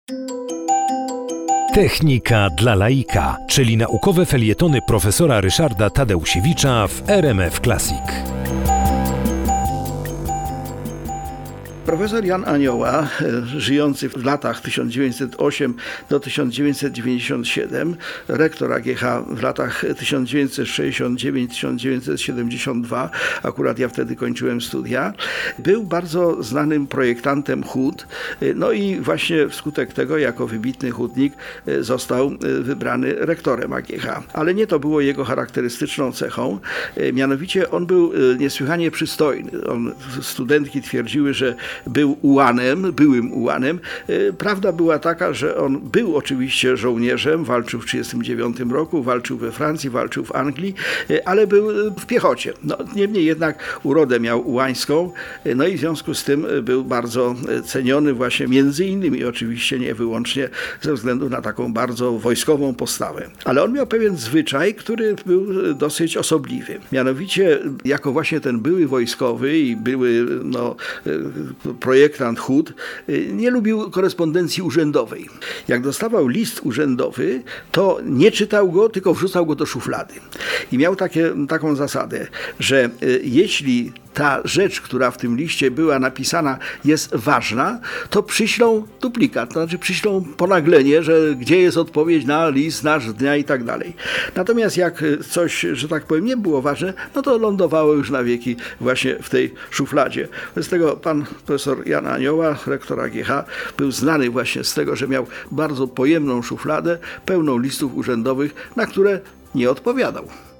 Technika dla laika, czyli naukowe felietony profesora Ryszarda Tadeusiewicza w RMF Classic. Profesor Jan Anioła, żyjący w latach 1908 do 1997, rektor AGH w latach 1969-1972, akurat ja wtedy kończyłem studia, był bardzo znanym projektantem hut, no i właśnie wskutek tego jako wybitny hutnik został wybrany rektorem AGH. Ale nie to było jego charakterystyczną cechą, mianowicie on był niesłychanie przystojny. Studentki twierdziły, że był byłym ułanem. Prawda była taka, że on był oczywiście żołnierzem, walczył w 1939 roku, walczył we Francji, walczył w Anglii, ale był w piechocie. Niemniej jednak urodę miał ułańską, no i w związku z tym był bardzo ceniony właśnie między innymi, oczywiście nie wyłącznie ze względu na taką bardzo wojskową postawę. Ale on miał pewien zwyczaj, który był dosyć osobliwy. Mianowicie, jako właśnie ten były wojskowy i były projektant hut, nie lubił korespondencji urzędowej. Jak dostawał list urzędowy, to nie czytał go, tylko wrzucał go do szuflady. I miał taką zasadę, że jeśli ta rzecz, która w tym liście była napisana, jest ważna, to przyślą duplikat, to znaczy przyślą ponaglenie, że gdzie jest odpowiedź na list nasz dnia i tak dalej. Natomiast jak coś, że tak powiem, nie było ważne, no to lądowało już na wieki właśnie w tej szufladzie. Z tego pan profesor Jan Anioła, rektor AGH, był znany właśnie z tego, że miał bardzo pojemną szufladę, pełną listów urzędowych, na które nie odpowiadał.